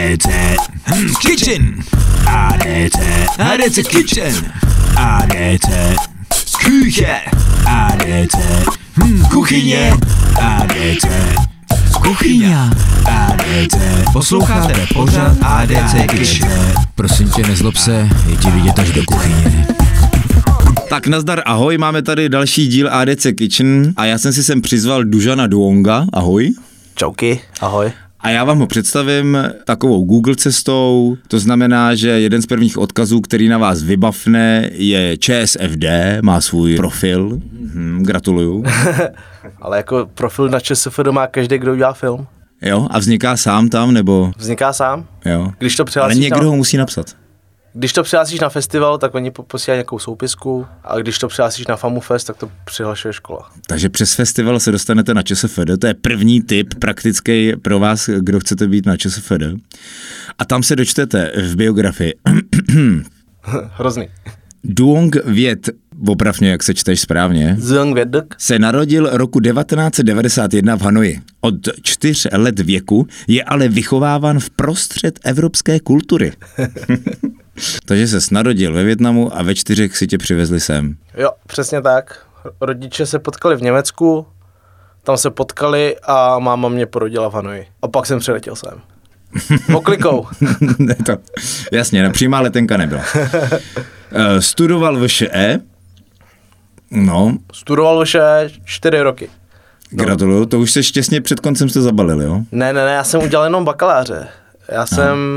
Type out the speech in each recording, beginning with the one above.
ADC Kitchen. ADC Kitchen. ADC Küche. ADC kuchyně. ADC kuchyně. ADC. Posloucháte pořád ADC Kitchen. Prosím tě, nezlob se, je ti vidět až do kuchyně. Tak nazdar, ahoj, máme tady další díl ADC Kitchen a já jsem si sem přizval Dušana Duonga, ahoj. Čauky, ahoj. A já vám ho představím takovou Google cestou, to znamená, že jeden z prvních odkazů, který na vás vybavne, je ČSFD, má svůj profil, gratuluju. Ale jako profil na ČSFD má každý, kdo udělá film. Jo, a vzniká sám tam, nebo? Vzniká sám. Jo. Když to ale někdo ho musí napsat. Když to přihlásíš na festival, tak oni posílají nějakou soupisku a když to přihlásíš na FamuFest, tak to přihlašuje škola. Takže přes festival se dostanete na ČSFD, to je první tip praktický pro vás, kdo chcete být na ČSFD. A tam se dočtete v biografii. Hrozný. Duong Viet, oprav mě, jak se čteš správně, Duong Viet se narodil roku 1991 v Hanoji. Od 4 let věku je ale vychováván v prostřed evropské kultury. Takže se narodil ve Vietnamu a ve 4 si tě přivezli sem. Jo, přesně tak. Rodiče se potkali v Německu, tam se potkali a máma mě porodila v Hanoji. A pak jsem přiletěl sem. Oklikou. Jasně, přímá letenka nebyla. Studoval VŠE. No. Studoval VŠE 4 roky. Gratuluju, to už se těsně před koncem jste zabalili, jo? Ne, já jsem udělal jenom bakaláře. Já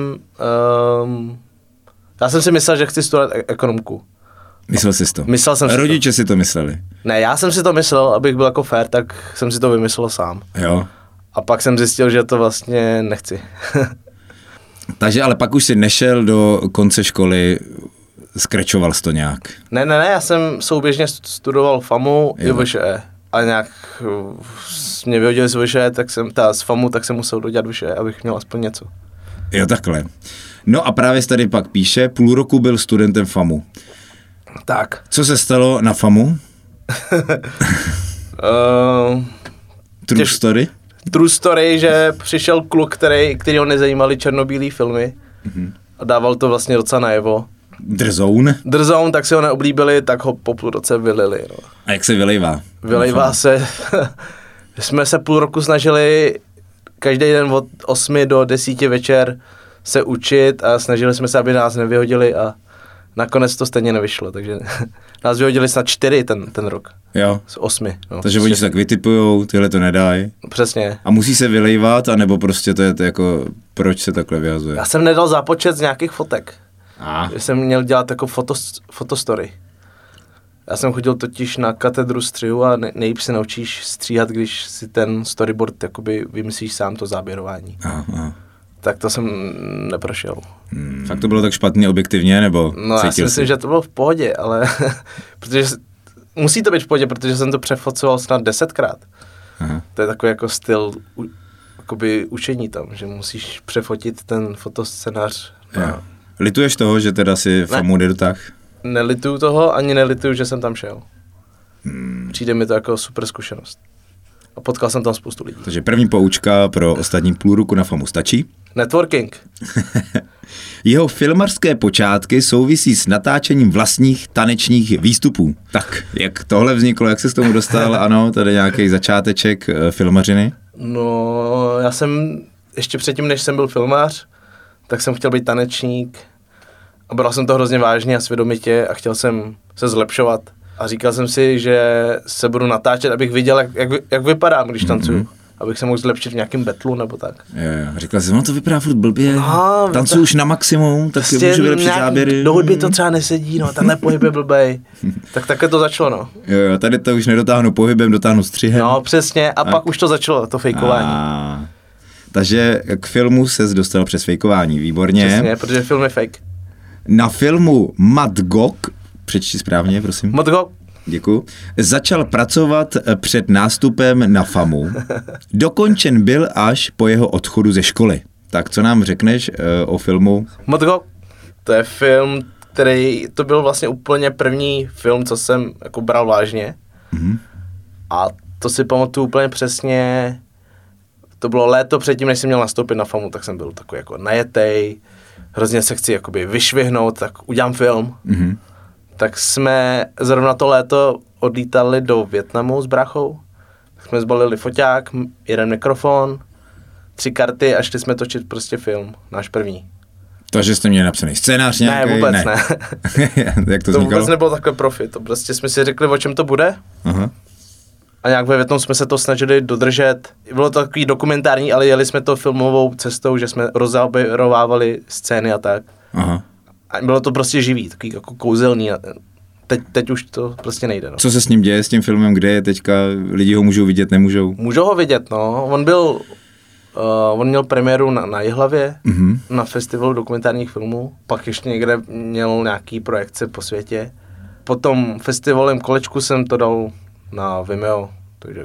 jsem si myslel, že chci studovat ekonomku. Myslel jsi to? Myslel jsem si to. Rodiče si to mysleli? Ne, já jsem si to myslel, abych byl jako fair, tak jsem si to vymyslel sám. Jo. A pak jsem zjistil, že to vlastně nechci. Takže ale pak už si nešel do konce školy, skrečoval jsi to nějak? Ne, já jsem souběžně studoval FAMu i VŠE. A nějak mě vyhodili z VŠE, z FAMu, tak jsem musel dodělat VŠE, abych měl aspoň něco. Jo, takhle. No a právě tady pak píše, půl roku byl studentem FAMu. Tak. Co se stalo na FAMu? True story? True story, že přišel kluk, který ho nezajímali černobílý filmy a dával to vlastně docela najevo. Drzoun, tak si ho neoblíbili, tak ho po půl roce vylili. No. A jak se vylejvá? Vylejvá se, jsme se půl roku snažili každý den od 8 do 10 večer se učit a snažili jsme se, aby nás nevyhodili a nakonec to stejně nevyšlo, takže nás vyhodili snad 4 ten rok. Jo. Z 8. No, takže oni se tak vytipujou, tyhle to nedají. Přesně. A musí se vylejvat, anebo prostě to je jako, proč se takhle vyhazuje? Já jsem nedal zápočet z nějakých fotek. Že jsem měl dělat jako fotostory. Já jsem chodil totiž na katedru střihu a nejlíp se naučíš stříhat, když si ten storyboard jakoby vymyslíš sám to záběrování. Aha. Tak to jsem neprošel. Fakt to bylo tak špatně objektivně, nebo no, já si myslím, že to bylo v pohodě, ale protože musí to být v pohodě, protože jsem to přefocoval snad 10krát. Aha. To je takový jako styl jakoby učení tam, že musíš přefotit ten fotoscenář. Lituješ toho, že teda si FAMu nedotáhl? Nelituju toho, ani nelituju, že jsem tam šel. Přijde mi to jako super zkušenost. A potkal jsem tam spoustu lidí. Takže první poučka pro ostatní půl roku na FAMu stačí? Networking. Jeho filmařské počátky souvisí s natáčením vlastních tanečních výstupů. Tak, jak tohle vzniklo, jak se s tomu dostal? Ano, tady nějaký začáteček filmařiny? No, já jsem ještě předtím, než jsem byl filmář, tak jsem chtěl být tanečník a bral jsem to hrozně vážně a svědomitě a chtěl jsem se zlepšovat. A říkal jsem si, že se budu natáčet, abych viděl, jak vypadám, když tancuju. Abych se mohl zlepšit v nějakém betlu nebo tak. Jo. Říkal jsem, no to vypadá furt blbě, tancuju už na maximum, tak prostě můžu vylepšit záběry. Do hudby to třeba nesedí, no, tenhle pohyb je blbej. Tak takhle to začalo, no. Jo, tady to už nedotáhnu pohybem, dotáhnu střihem. No, přesně, a pak už to začalo, to fejkování. Takže k filmu ses dostal přes fejkování, výborně. Přesně, protože film je fake. Na filmu Mad Gog, přečti správně, prosím. Mad Gog. Děkuju. Začal pracovat před nástupem na FAMu. Dokončen byl až po jeho odchodu ze školy. Tak co nám řekneš o filmu? Mad Gog. To je film, to byl vlastně úplně první film, co jsem jako bral vážně. A to si pamatuju úplně přesně. To bylo léto předtím, než jsem měl nastoupit na FAMu, tak jsem byl takový jako najetej, hrozně se chci jakoby vyšvihnout, tak udělám film. Mhm. Tak jsme zrovna to léto odlítali do Vietnamu s bráchou. Tak jsme zbalili foťák, jeden mikrofon, 3 karty a šli jsme točit prostě film, náš první. Takže jste měli napsaný scénář nějaký? Ne, vůbec ne. Jak to To vznikalo? vůbec nebylo takové profi, to prostě jsme si řekli, o čem to bude. Aha. A nějak ve Vietnamu jsme se to snažili dodržet. Bylo to takový dokumentární, ale jeli jsme to filmovou cestou, že jsme rozáberovávali scény a tak. Aha. A bylo to prostě živý, takový jako kouzelný. A teď už to prostě nejde. No. Co se s ním děje, s tím filmem, kde je teďka, lidi ho můžou vidět, nemůžou? Můžou ho vidět, no. On měl premiéru na Jihlavě, na festivalu dokumentárních filmů, pak ještě někde měl nějaký projekce po světě. Potom festivalem kolečku jsem to dal na Vimeo, takže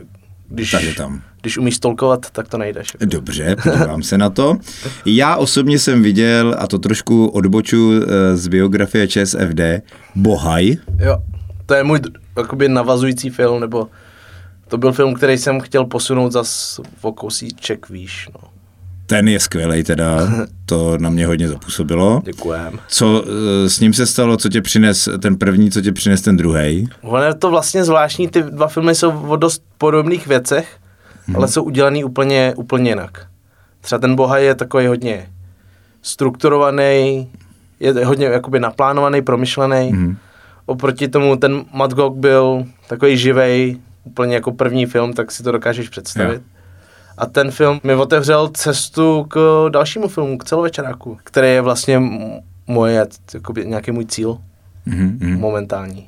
když umíš stolkovat, tak to najdeš. Dobře, podívám se na to. Já osobně jsem viděl, a to trošku odboču z biografie ČSFD, Bohaj. Jo, to je můj jakoby navazující film, nebo to byl film, který jsem chtěl posunout zas o kousíček výš, no. Ten je skvělej teda, to na mě hodně zapůsobilo. Děkujem. Co s ním se stalo, co tě přines ten první, co tě přines ten druhej? Ono je to vlastně zvláštní, ty dva filmy jsou o dost podobných věcech, ale jsou udělaný úplně jinak. Třeba ten Bohaj je takový hodně strukturovaný, je hodně jakoby naplánovaný, promyšlený. Oproti tomu ten Magog byl takový živej, úplně jako první film, tak si to dokážeš představit. Jo. A ten film mi otevřel cestu k dalšímu filmu, k celovečeráku, který je vlastně moje, jakoby nějaký můj cíl momentální.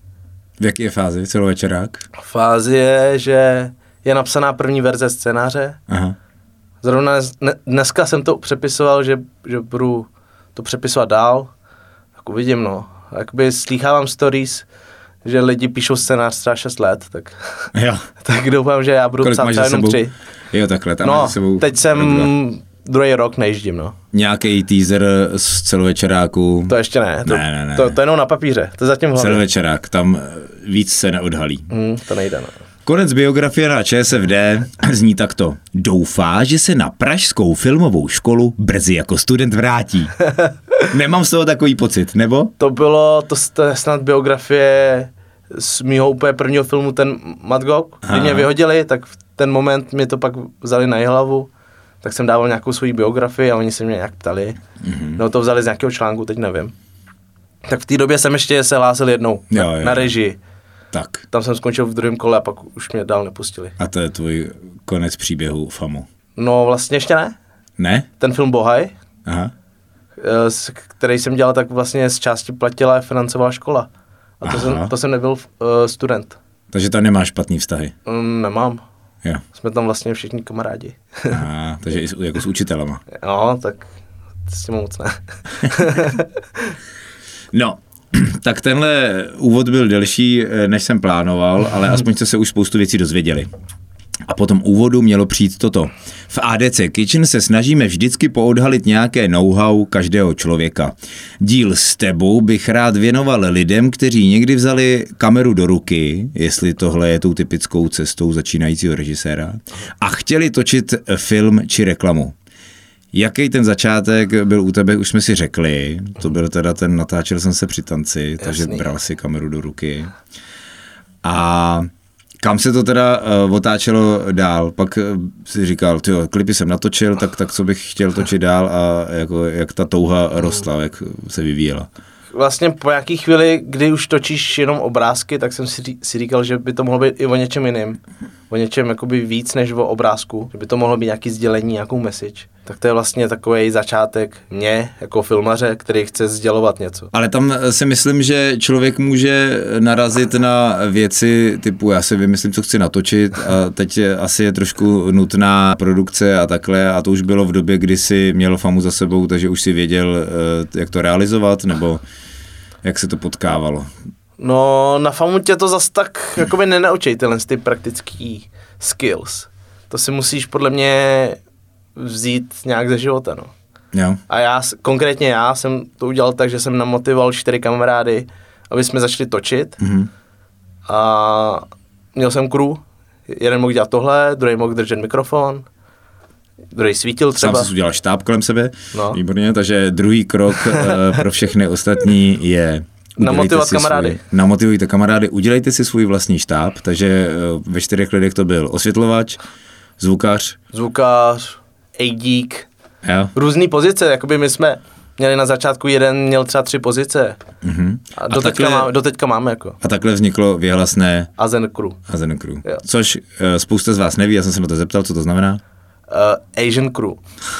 V jaké je fázi celovečerák? Fázi je, že je napsaná první verze scénáře. Aha. Zrovna dneska jsem to přepisoval, že budu to přepisovat dál. Tak uvidím, no. Jakoby slýchávám stories, že lidi píšou scénář třeba 6 let, tak, Jo. tak doufám, že já budu Kolik psát máš třeba za jenom sebou? 3. Jo, takhle. Tam No, máš za sebou teď jsem druhý rok nejíždím, no. Nějaký teaser z celovečeráku? To ještě ne. Ne. To jenom na papíře, to je zatím hlavně. Celovečerák, tam víc se neodhalí. To nejde, no. Konec biografie na ČSFD zní takto. Doufá, že se na pražskou filmovou školu brzy jako student vrátí. Nemám z toho takový pocit, nebo? To je snad biografie z mýho úplně prvního filmu, ten Magog. Když mě vyhodili, tak v ten moment mě to pak vzali na Jihlavu, tak jsem dával nějakou svoji biografii a oni se mě nějak ptali. No to vzali z nějakého článku, teď nevím. Tak v té době jsem ještě se hlásil jednou na režii. Tak. Tam jsem skončil v druhém kole a pak už mě dál nepustili. A to je tvůj konec příběhu FAMu. No vlastně ještě ne. Ne? Ten film Bohaj, Aha. který jsem dělal, tak vlastně z části platila a financovala škola. A to jsem nebyl student. Takže tam nemáš špatný vztahy? Nemám. Jo. Jsme tam vlastně všichni kamarádi. Aha, takže i jako s učitelama. No, tak s tím moc ne. No, tak tenhle úvod byl delší, než jsem plánoval, ale aspoň jste se už spoustu věcí dozvěděli. A po tom úvodu mělo přijít toto. V ADC Kitchen se snažíme vždycky poodhalit nějaké know-how každého člověka. Díl s tebou bych rád věnoval lidem, kteří někdy vzali kameru do ruky, jestli tohle je tou typickou cestou začínajícího režiséra, a chtěli točit film či reklamu. Jaký ten začátek byl u tebe, už jsme si řekli, to byl teda ten natáčel jsem se při tanci, takže bral si kameru do ruky. A kam se to teda otáčelo dál? Pak si říkal, tyjo, klipy jsem natočil, tak co bych chtěl točit dál a jako, jak ta touha rostla, jak se vyvíjela? Vlastně po nějaký chvíli, kdy už točíš jenom obrázky, tak jsem si říkal, že by to mohlo být i o něčem jiným. O něčem jakoby víc než o obrázku. Že by to mohlo být nějaký sdělení, nějakou message. Tak to je vlastně takový začátek mě jako filmaře, který chce sdělovat něco. Ale tam si myslím, že člověk může narazit na věci typu já si vymyslím, co chci natočit a teď asi je trošku nutná produkce a takhle a to už bylo v době, kdy jsi měl FAMu za sebou, takže už si věděl, jak to realizovat nebo jak se to potkávalo. No, na FAMu tě to zas tak jakoby nenaučí tyhle ty praktický skills. To si musíš podle mě vzít nějak ze života, no. Jo. A konkrétně já jsem to udělal tak, že jsem namotivoval 4 kamarády, aby jsme začali točit. A měl jsem crew. Jeden mohl dělat tohle, druhý mohl držet mikrofon druhý svítil třeba. Sám jsi udělal štáb kolem sebe, No. Výborně, takže druhý krok pro všechny ostatní je Namotivovat kamarády. Namotivujte kamarády, udělejte si svůj vlastní štáb, takže ve 4 lidech to byl osvětlovač, zvukař, ADík, jo. různý pozice, jakoby my jsme měli na začátku jeden, měl třeba 3 pozice. A doteďka máme jako. A takhle vzniklo věhlasné Azen Crew. Azen Crew. Jo. Což spousta z vás neví, já jsem se na to zeptal, co to znamená. Asian Crew.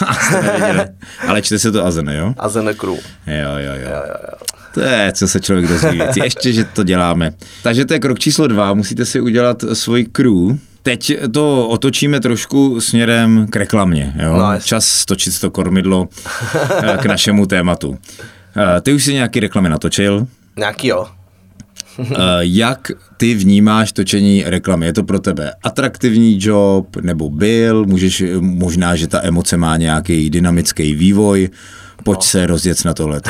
Ale čte se to Azen, jo? Azen Crew. Jo. To je, co se člověk dozví. Ještě, že to děláme. Takže to je krok číslo 2, musíte si udělat svoji crew. Teď to otočíme trošku směrem k reklamě. Jo? Nice. Čas točit to kormidlo k našemu tématu. Ty už si nějaký reklamy natočil. Nějaký jo. Jak ty vnímáš točení reklamy? Je to pro tebe atraktivní job, nebo byl? Možná, že ta emoce má nějaký dynamický vývoj. Pojď se rozjet na tohleto.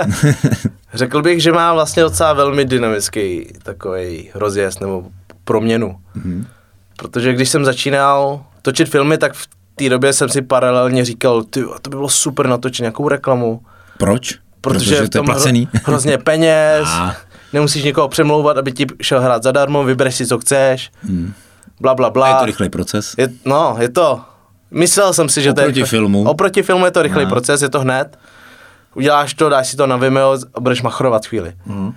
Řekl bych, že má vlastně docela velmi dynamický takový rozjezd nebo proměnu. Protože když jsem začínal točit filmy, tak v té době jsem si paralelně říkal, to by bylo super natočit nějakou reklamu. Proč? Protože to je placený. Hrozně peněz, nemusíš někoho přemlouvat, aby ti šel hrát zadarmo, vybereš si, co chceš, bla, bla, bla. A je to rychlej proces? Je to. Myslel jsem si, že oproti filmu. Oproti filmu je to rychlej proces, je to hned. Uděláš to, dáš si to na Vimeo a budeš machrovat chvíli.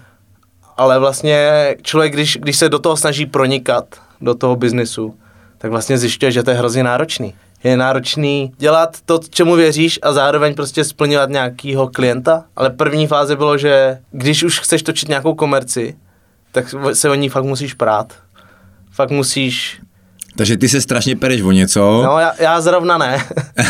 Ale vlastně člověk, když se do toho snaží pronikat, do toho biznisu, tak vlastně zjišťuje, že to je hrozně náročný. Je náročný dělat to, čemu věříš a zároveň prostě splňovat nějakýho klienta, ale první fáze bylo, že když už chceš točit nějakou komerci, tak se o ní fakt musíš prát. Fakt musíš... Takže ty se strašně pereš o něco. No, já zrovna ne.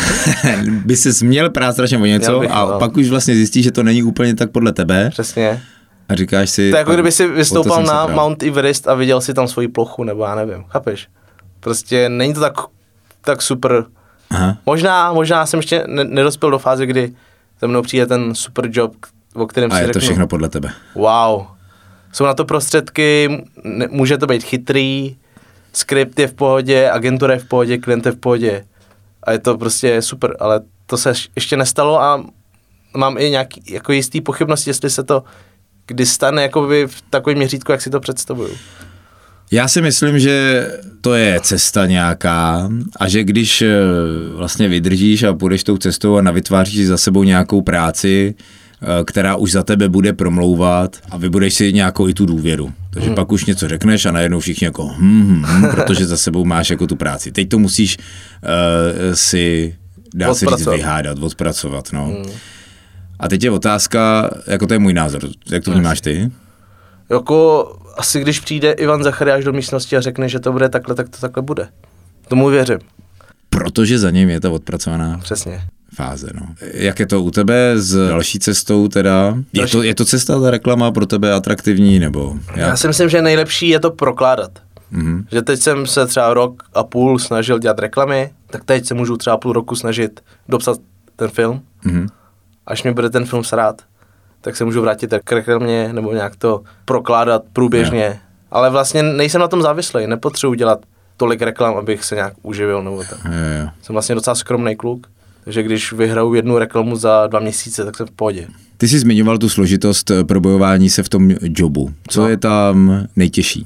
By ses měl prát strašně o něco pak už vlastně zjistíš, že to není úplně tak podle tebe. Přesně. A říkáš si... To je jako kdyby si vystoupal na Mount Everest a viděl si tam svoji plochu, nebo já nevím, chápeš? Prostě není to tak super. Aha. Možná jsem ještě nedospěl do fáze, kdy za mnou přijde ten super job, o kterém si řeknu. A je to všechno podle tebe. Wow. Jsou na to prostředky, může to být chytrý, skript je v pohodě, agentura je v pohodě, klient je v pohodě. A je to prostě super, ale to se ještě nestalo a mám i nějaký jako jistý pochybnosti, jestli se to kdy stane jakoby v takovém měřítku, jak si to představuju. Já si myslím, že to je cesta nějaká a že když vlastně vydržíš a půjdeš tou cestou a navytváříš za sebou nějakou práci, která už za tebe bude promlouvat a vybudeš si nějakou i tu důvěru. Takže pak už něco řekneš a najednou všichni jako protože za sebou máš jako tu práci. Teď to musíš si, dá se říct, vyhádat, odpracovat. No. A teď je otázka, jako to je můj názor, jak to vnímáš ty? Jako asi když přijde Ivan Zachariáš do místnosti a řekne, že to bude takhle, tak to takhle bude. Tomu věřím. Protože za ním je ta odpracovaná přesně fáze. No. Jak je to u tebe s další cestou teda? Je to cesta, ta reklama pro tebe atraktivní nebo? Já si myslím, že nejlepší je to prokládat. Že teď jsem se třeba 1,5 roku snažil dělat reklamy, tak teď se můžu třeba 0,5 roku snažit dopsat ten film. Až mi bude ten film srát, tak se můžu vrátit k reklamě nebo nějak to prokládat průběžně. Jo. Ale vlastně nejsem na tom závislý, nepotřebuji dělat tolik reklam, abych se nějak uživil nebo tak. Jo. Jsem vlastně docela skromný kluk, takže když vyhraju 1 reklamu za 2 měsíce, tak jsem v pohodě. Ty jsi zmiňoval tu složitost probojování se v tom jobu. Co je tam nejtěžší?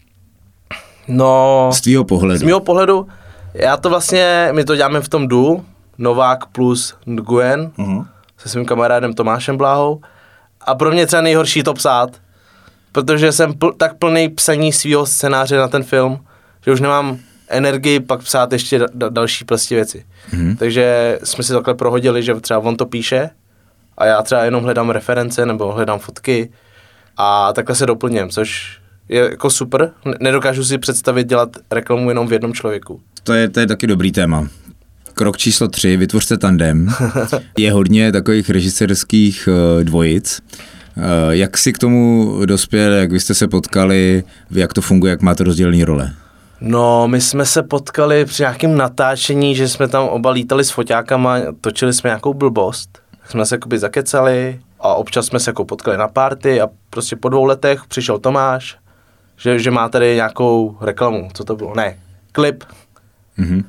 No, z tvýho pohledu. Z mýho pohledu, my to děláme v tom duu, Novák plus Nguyen, se svým kamarádem Tomášem Bláhou. A pro mě třeba nejhorší to psát, protože jsem tak plný psaní svýho scénáře na ten film, že už nemám energii pak psát ještě další prostě věci. Takže jsme si takhle prohodili, že třeba on to píše a já třeba jenom hledám reference nebo hledám fotky a takhle se doplním, což je jako super. Nedokážu si představit dělat reklamu jenom v jednom člověku. To je taky dobrý téma. Krok číslo 3, vytvořte tandem. Je hodně takových režisérských dvojic. Jak si k tomu dospěl, jak vy jste se potkali, jak to funguje, jak máte rozdělené role? No, my jsme se potkali při nějakém natáčení, že jsme tam oba lítali s foťákama, točili jsme nějakou blbost. Tak jsme se jakoby zakecali a občas jsme se jako potkali na party a prostě po 2 letech přišel Tomáš, že má tady nějakou reklamu. Co to bylo? Ne, klip.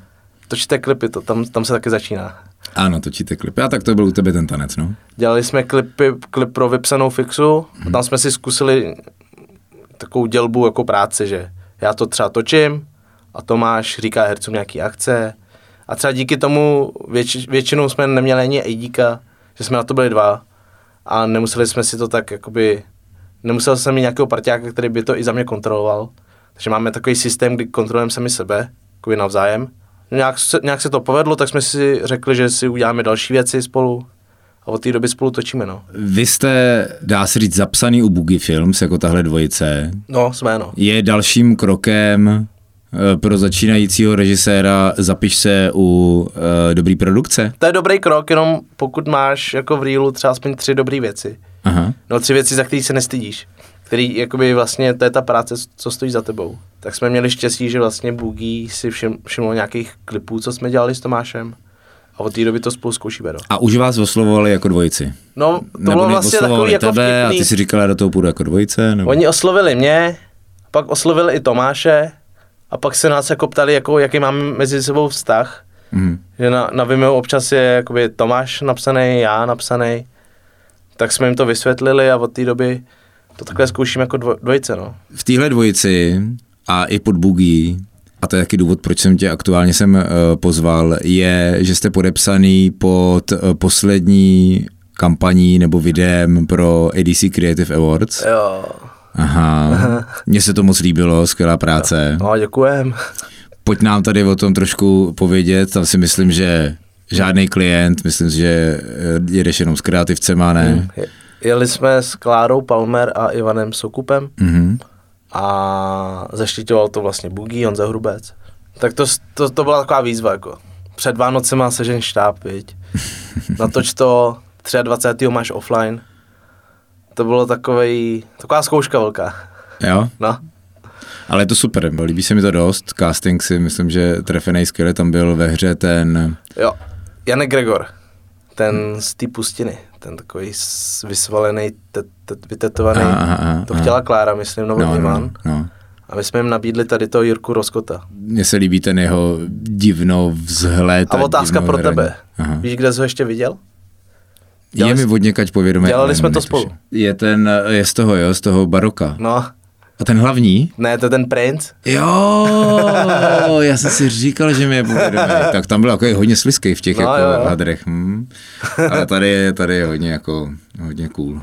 točíte klipy, tam se taky začíná. Ano, točíte klipy. A tak to byl u tebe ten tanec, no? Dělali jsme klip pro vypsanou fixu a tam jsme si zkusili takovou dělbu jako práci, že já to třeba točím a Tomáš říká hercům nějaký akce a třeba díky tomu většinou jsme neměli ani ADka, že jsme na to byli 2 a nemuseli jsme si to tak jakoby, nemusel jsem mít nějakého parťáka, který by to i za mě kontroloval, takže máme takový systém, kdy kontrolujeme sami sebe, jakoby navzájem. Nějak se to povedlo, tak jsme si řekli, že si uděláme další věci spolu a od té doby spolu točíme, no. Vy jste, dá se říct, zapsaný u Boogie Films, jako tahle dvojice. No, jsme, no. Je dalším krokem pro začínajícího režiséra zapiš se u dobrý produkce? To je dobrý krok, jenom pokud máš jako v reelu třeba aspoň 3 dobré věci. Aha. No 3 věci, za které se nestydíš. Který jakoby vlastně, to je ta práce, co stojí za tebou. Tak jsme měli štěstí, že vlastně Boogie si všiml nějakých klipů, co jsme dělali s Tomášem. A od té doby to spolu zkoušíme, no. A už vás oslovovali jako dvojici? No, to bylo vlastně takový jako tebe vtipný. A ty si říkala, do toho půjdu jako dvojice? Nebo? Oni oslovili mě, pak oslovili i Tomáše a pak se nás jako ptali, jako, jaký máme mezi sebou vztah. Že na Vimeo občas je jakoby Tomáš napsaný, já napsaný. Tak jsme jim to vysvětlili a od té doby to takhle zkoušíme jako dvojice, no. V téhle dvojici a i pod Boogie, a to je taky důvod, proč jsem tě aktuálně sem pozval, je, že jste podepsaný pod poslední kampaní nebo videem pro ADC Creative Awards. Jo. Aha, mně se to moc líbilo, skvělá práce. No, děkujem. Pojď nám tady o tom trošku povědět, tam si myslím, že žádný klient, myslím si, že jedeš jenom s kreativcema, ne? Jeli jsme s Klárou Palmer a Ivanem Sokupem a zaštiťoval to vlastně Boogie, Honza Hrubec. Tak to byla taková výzva, jako před Vánocema sežen štáb, viď? Natoč to 23. máš offline. To bylo taková zkouška velká. Jo? No. Ale je to super, líbí se mi to dost, casting si myslím, že trefenej skvěle, tam byl ve hře ten... Jo, Janek Gregor, ten z té pustiny, ten takový vysvalený, vytetovaný, to chtěla Klára, myslím, nový Ivan. No. A my jsme jim nabídli tady toho Jirku Roskota. Mně se líbí ten jeho divno vzhled. A otázka pro tebe, víš, kde jsi ho ještě viděl? Je mi odněkať povědomé. Dělali jsme to spolu. Je z toho baroka. No. A ten hlavní? Ne, to je ten princ. Jo, já jsem si říkal, že mi je povědomý. Tak tam byl jako hodně slizký v těch hadrech. Ale tady je hodně cool.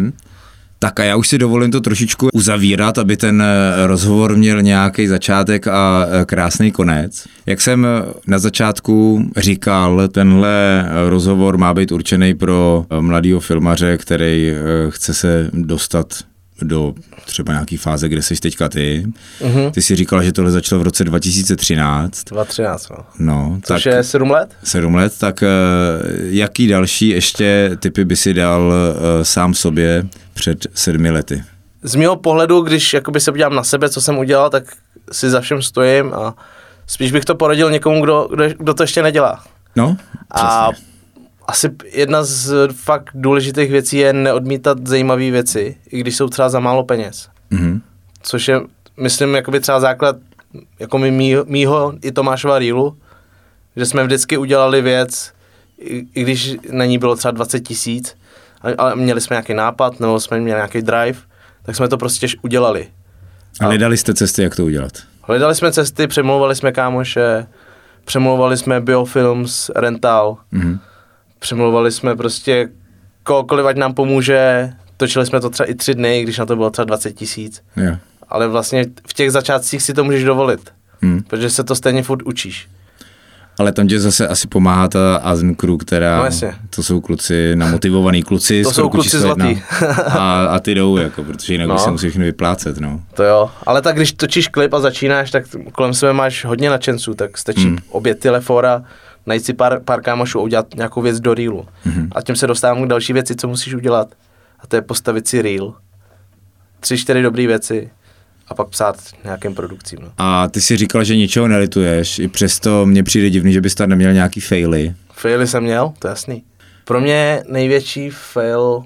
Tak a já už si dovolím to trošičku uzavírat, aby ten rozhovor měl nějaký začátek a krásný konec. Jak jsem na začátku říkal, tenhle rozhovor má být určený pro mladýho filmaře, který chce se dostat do třeba nějaký fáze, kde jsi teďka ty. Ty si říkal, že tohle začalo v roce 2013. 2013, no. No, což je 7 let? 7 let, tak jaký další ještě tipy by si dal sám sobě před 7 lety? Z mého pohledu, když jakoby se podívám na sebe, co jsem udělal, tak si za všem stojím a spíš bych to poradil někomu, kdo to ještě nedělá. No, přesně. A asi jedna z fakt důležitých věcí je neodmítat zajímavé věci, i když jsou třeba za málo peněz. Což je, myslím, jakoby třeba základ jako mýho i Tomášova reelu, že jsme vždycky udělali věc, i když na ní bylo třeba 20 000, ale měli jsme nějaký nápad, nebo jsme měli nějaký drive, tak jsme to prostě udělali. A hledali jste cesty, jak to udělat? Hledali jsme cesty, přemlouvali jsme kámoše, přemlouvali jsme Biofilms, Rental, přemlouvali jsme prostě kohokoliv, ať nám pomůže, točili jsme to třeba i 3 dny, když na to bylo třeba 20 000. Jo. Ale vlastně v těch začátcích si to můžeš dovolit, protože se to stejně furt učíš. Ale tam tě zase asi pomáhá ta Azen Crew, která, to jsou kluci, namotivovaný kluci. To jsou kluci zlatý. A ty jdou, jako, protože jinak by se musíš vyplácet, no. To jo, ale tak když točíš klip a začínáš, tak kolem sebe máš hodně nadšenců, tak stačí obět telefora, najít si pár kámošů a udělat nějakou věc do reelu. A tím se dostávám k další věci, co musíš udělat. A to je postavit si reel. 3-4 dobré věci. A pak psát nějakým produkcím. No. A ty si říkal, že ničeho nelituješ, i přesto mně přijde divný, že bys tam neměl nějaký faily. Faily jsem měl, to je jasný. Pro mě největší fail,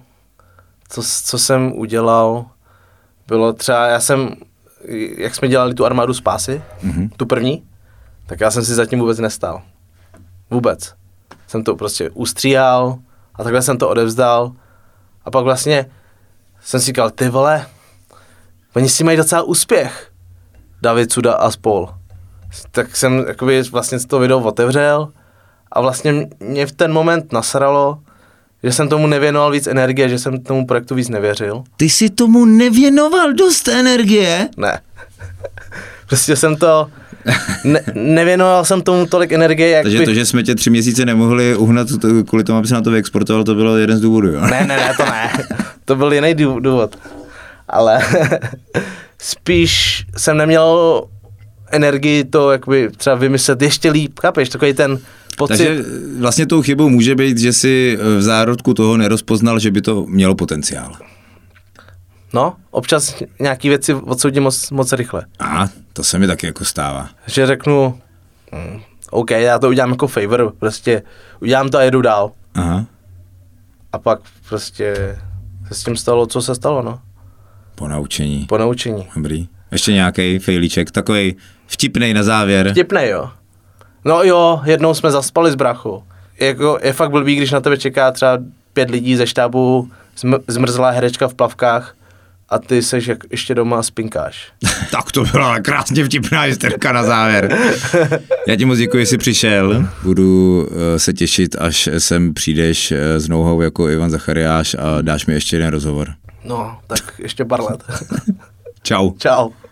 co jsem udělal, bylo třeba, jak jsme dělali tu Armádu spásy, tu první, Tak já jsem si zatím vůbec nestál. Vůbec. Jsem to prostě ustříhal a takhle jsem to odevzdal. A pak vlastně jsem si říkal, ty vole, oni si mají docela úspěch. David Cuda a spol. Tak jsem jakoby vlastně to video otevřel a vlastně mě v ten moment nasralo, že jsem tomu nevěnoval víc energie, že jsem tomu projektu víc nevěřil. Ty jsi tomu nevěnoval dost energie? Ne. Prostě jsem to... nevěnoval jsem tomu tolik energie, jak Takže to, že jsme tě 3 měsíce nemohli uhnat kvůli tomu, aby se na to vyexportoval, to bylo jeden z důvodů, jo? Ne, to ne. To byl jiný důvod. Ale spíš jsem neměl energii to jakoby třeba vymyslet ještě líp, chápeš? Takový ten pocit. Takže vlastně tou chybou může být, že si v zárodku toho nerozpoznal, že by to mělo potenciál. No, občas nějaký věci odsoudím moc rychle. Aha, to se mi taky jako stává. Že řeknu, OK, já to udělám jako favor, prostě udělám to a jedu dál. Aha. A pak prostě se s tím stalo, co se stalo, no. Po naučení. Po naučení. Dobrý. Ještě nějaký fejlíček, takovej vtipnej na závěr. Vtipnej, jo. No jo, jednou jsme zaspali s brachou. Jako, je fakt blbý, když na tebe čeká třeba 5 lidí ze štábu, zmrzlá herečka v plavkách a ty seš ještě doma a spinkáš. Tak to byla krásně vtipná hysterka na závěr. Já ti moc děkuji, že jsi přišel. Budu se těšit, až sem přijdeš s know-how jako Ivan Zachariáš a dáš mi ještě jeden rozhovor. No, tak ještě pár let. Čau. Čau.